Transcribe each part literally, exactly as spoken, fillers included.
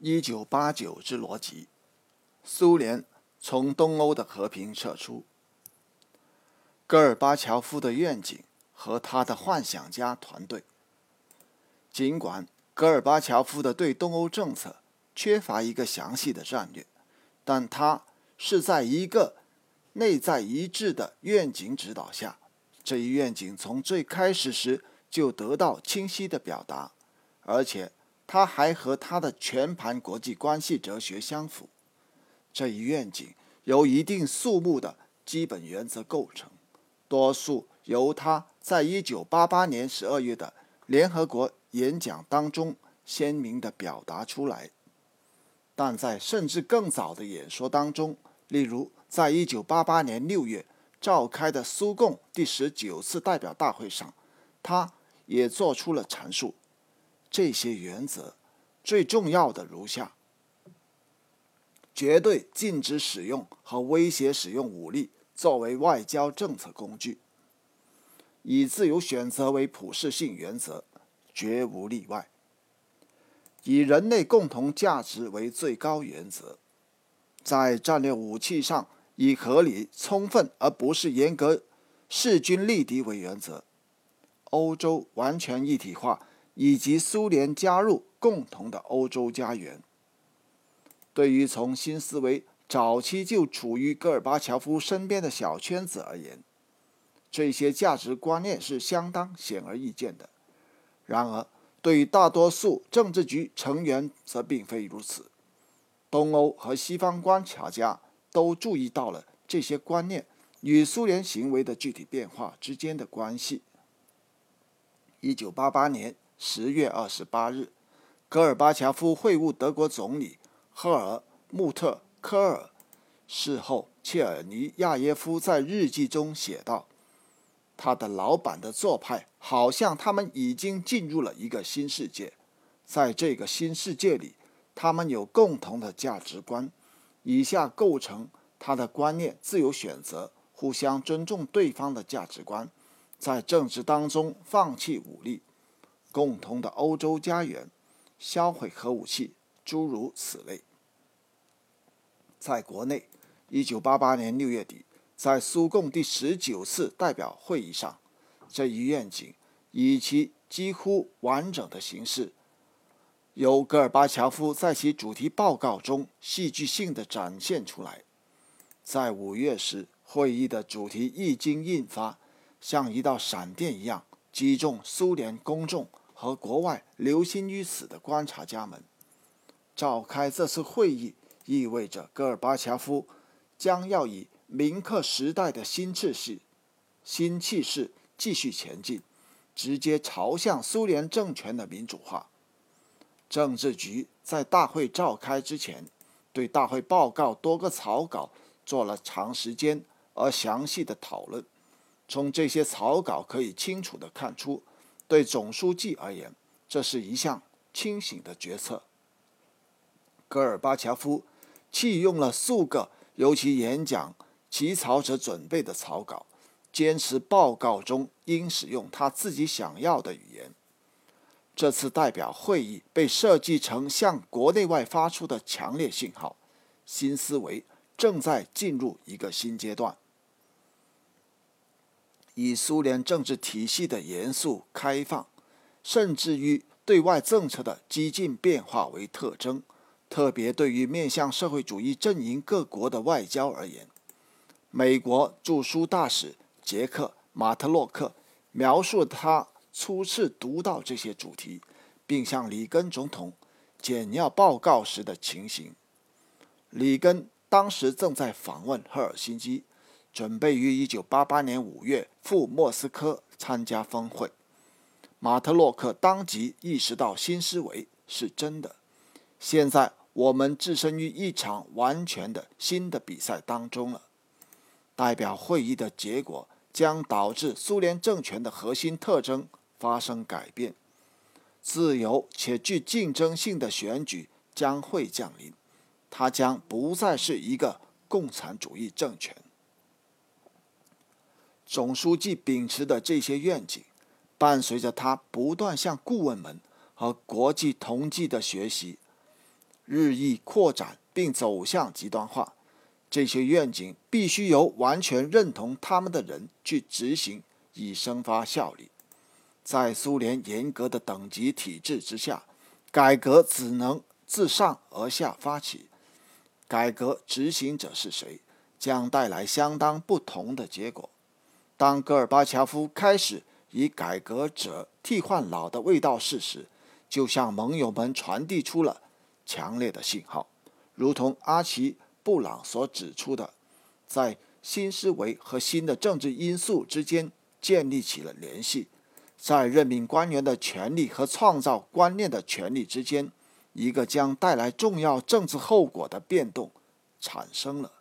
一九八九之逻辑，苏联从东欧的和平撤出。戈尔巴乔夫的愿景和他的幻想家团队。尽管戈尔巴乔夫的对东欧政策缺乏一个详细的战略，但他是在一个内在一致的愿景指导下，这一愿景从最开始时就得到清晰的表达，而且他还和他的全盘国际关系哲学相符。这一愿景由一定数目的基本原则构成，多数由他在一九八八年十二月的联合国演讲当中鲜明地表达出来。但在甚至更早的演说当中，例如在一九八八年六月召开的苏共第十九次代表大会上，他也做出了阐述。这些原则最重要的如下：绝对禁止使用和威胁使用武力作为外交政策工具，以自由选择为普世性原则，绝无例外；以人类共同价值为最高原则，在战略武器上以合理、充分而不是严格势均力敌为原则；欧洲完全一体化以及苏联加入共同的欧洲家园。对于从新思维早期就处于戈尔巴乔夫身边的小圈子而言，这些价值观念是相当显而易见的。然而，对于大多数政治局成员则并非如此。东欧和西方观察家都注意到了这些观念与苏联行为的具体变化之间的关系。一九八八年十月二十八日，戈尔巴乔夫会晤德国总理赫尔穆特·科尔。事后，切尔尼亚耶夫在日记中写道：他的老板的做派好像他们已经进入了一个新世界，在这个新世界里，他们有共同的价值观，以下构成他的观念：自由选择，互相尊重对方的价值观，在政治当中放弃武力，共同的欧洲家园，销毁核武器，诸如此类。在国内，一九八八年六月底，在苏共第十九次代表会议上，这一愿景以其几乎完整的形式，由戈尔巴乔夫在其主题报告中戏剧性地展现出来。在五月时，会议的主题一经印发，像一道闪电一样击中苏联公众和国外留心于此的观察家们。召开这次会议意味着戈尔巴乔夫将要以铭刻时代的新秩序、新气势继续前进，直接朝向苏联政权的民主化。政治局在大会召开之前，对大会报告多个草稿做了长时间而详细的讨论。从这些草稿可以清楚地看出，对总书记而言，这是一项清醒的决策。戈尔巴乔夫弃用了数个由其演讲起草者准备的草稿，坚持报告中应使用他自己想要的语言。这次代表会议被设计成向国内外发出的强烈信号：新思维正在进入一个新阶段。以苏联政治体系的严肃开放，甚至于对外政策的激进变化为特征，特别对于面向社会主义阵营各国的外交而言，美国驻苏大使杰克·马特洛克描述了他初次读到这些主题，并向里根总统简要报告时的情形。里根当时正在访问赫尔辛基，准备于一九八八年五月赴莫斯科参加峰会。马特洛克当即意识到新思维是真的。现在我们置身于一场完全的新的比赛当中了。代表会议的结果将导致苏联政权的核心特征发生改变，自由且具竞争性的选举将会降临，它将不再是一个共产主义政权。总书记秉持的这些愿景，伴随着他不断向顾问们和国际同济的学习， 日益扩展并走向极端化。这些愿景必须由完全认同他们的人去执行，以生发效力。在苏联严格的等级体制之下，改革只能自上而下发起。改革执行者是谁，将带来相当不同的结果。当戈尔巴乔夫开始以改革者替换老的味道事时，就向盟友们传递出了强烈的信号，如同阿奇布朗所指出的，在新思维和新的政治因素之间建立起了联系，在任命官员的权利和创造观念的权利之间，一个将带来重要政治后果的变动产生了。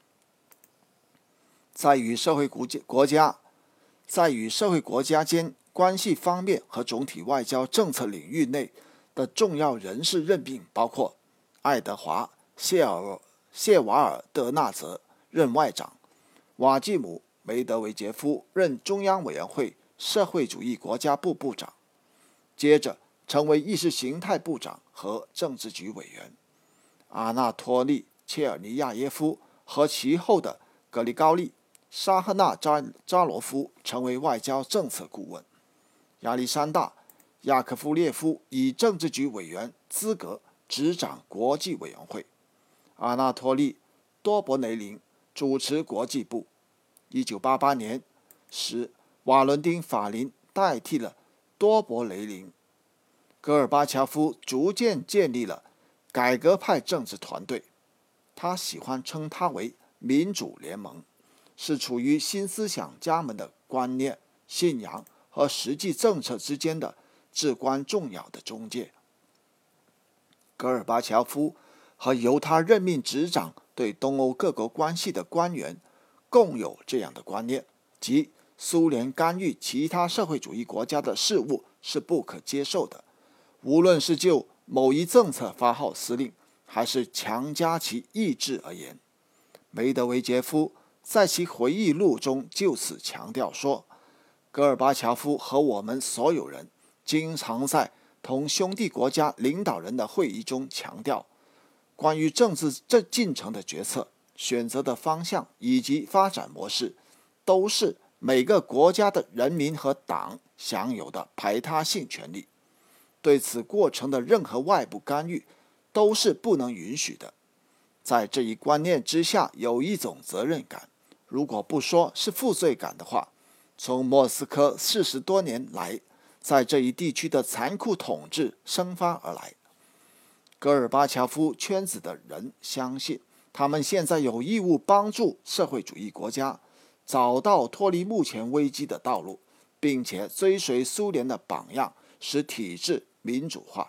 在与社会国家在与社会国家间关系方面和总体外交政策领域内的重要人事任命包括爱德华·谢尔谢瓦尔德纳泽任外长，瓦季姆·梅德韦杰夫任中央委员会社会主义国家部部长，接着成为意识形态部长和政治局委员。阿纳托利·切尔尼亚耶夫和其后的格里高利·沙赫纳扎扎罗夫成为外交政策顾问。亚历山大·亚科夫列夫以政治局委员资格执掌国际委员会。阿纳托利·多伯雷林主持国际部。一九八八年时，瓦伦丁·法林代替了多伯雷林。戈尔巴乔夫逐渐建立了改革派政治团队，他喜欢称它为民主联盟，是处于新思想家们的观念、信仰和实际政策之间的至关重要的中介。戈尔巴乔夫和由他任命执掌对东欧各国关系的官员共有这样的观念，即苏联干预其他社会主义国家的事务是不可接受的，无论是就某一政策发号施令，还是强加其意志而言。梅德韦杰夫在其回忆录中就此强调说，戈尔巴乔夫和我们所有人经常在同兄弟国家领导人的会议中强调，关于政治这进程的决策、选择的方向以及发展模式，都是每个国家的人民和党享有的排他性权利。对此过程的任何外部干预都是不能允许的。在这一观念之下有一种责任感，如果不说是负罪感的话，从莫斯科四十多年来在这一地区的残酷统治生发而来。戈尔巴乔夫圈子的人相信，他们现在有义务帮助社会主义国家找到脱离目前危机的道路，并且追随苏联的榜样，使体制民主化。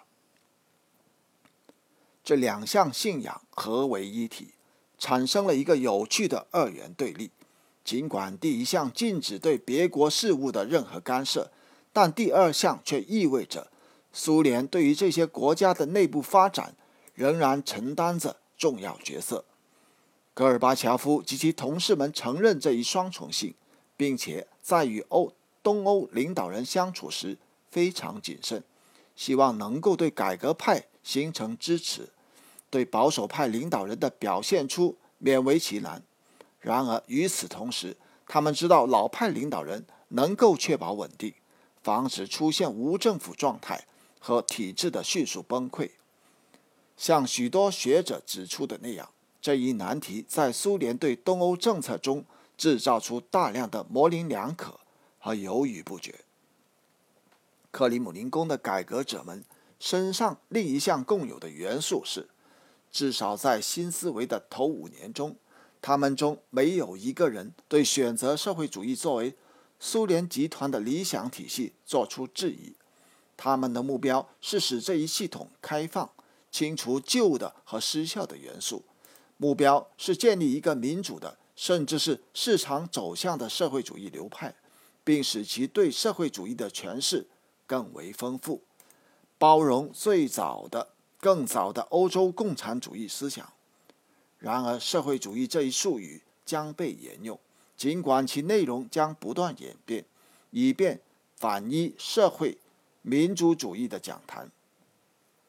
这两项信仰合为一体，产生了一个有趣的二元对立。尽管第一项禁止对别国事务的任何干涉，但第二项却意味着苏联对于这些国家的内部发展仍然承担着重要角色。戈尔巴乔夫及其同事们承认这一双重性，并且在与欧东欧领导人相处时非常谨慎，希望能够对改革派形成支持，对保守派领导人的表现出勉为其难。然而与此同时，他们知道老派领导人能够确保稳定，防止出现无政府状态和体制的迅速崩溃。像许多学者指出的那样，这一难题在苏联对东欧政策中制造出大量的模棱两可和犹豫不决。克里姆林宫的改革者们身上另一项共有的元素是，至少在新思维的头五年中，他们中没有一个人对选择社会主义作为苏联集团的理想体系做出质疑。他们的目标是使这一系统开放，清除旧的和失效的元素。目标是建立一个民主的，甚至是市场走向的社会主义流派，并使其对社会主义的诠释更为丰富，包容最早的、更早的欧洲共产主义思想。然而，社会主义这一术语将被沿用，尽管其内容将不断演变，以便反依社会民主主义的讲坛。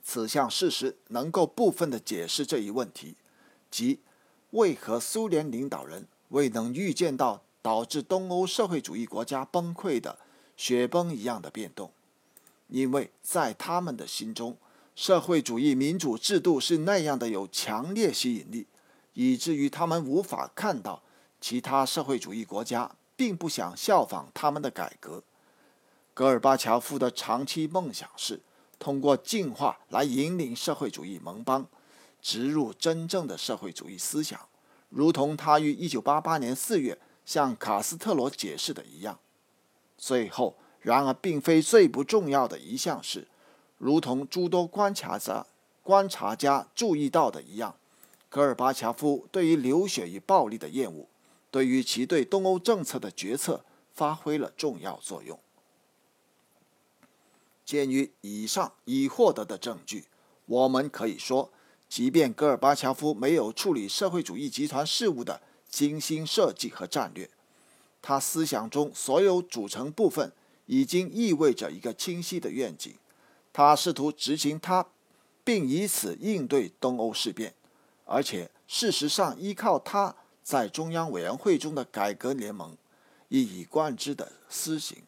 此项事实能够部分地解释这一问题，即为何苏联领导人未能预见到导致东欧社会主义国家崩溃的雪崩一样的变动。因为在他们的心中，社会主义民主制度是那样的有强烈吸引力，以至于他们无法看到其他社会主义国家并不想效仿他们的改革。戈尔巴乔夫的长期梦想是通过进化来引领社会主义盟邦植入真正的社会主义思想，如同他于一九八八年四月向卡斯特罗解释的一样。最后，然而并非最不重要的一项是，如同诸多观察者、观察家注意到的一样，戈尔巴乔夫对于流血与暴力的厌恶，对于其对东欧政策的决策发挥了重要作用。鉴于以上已获得的证据，我们可以说，即便戈尔巴乔夫没有处理社会主义集团事务的精心设计和战略，他思想中所有组成部分已经意味着一个清晰的愿景，他试图执行它，并以此应对东欧事变，而且事实上依靠他在中央委员会中的改革联盟一以贯之的施行。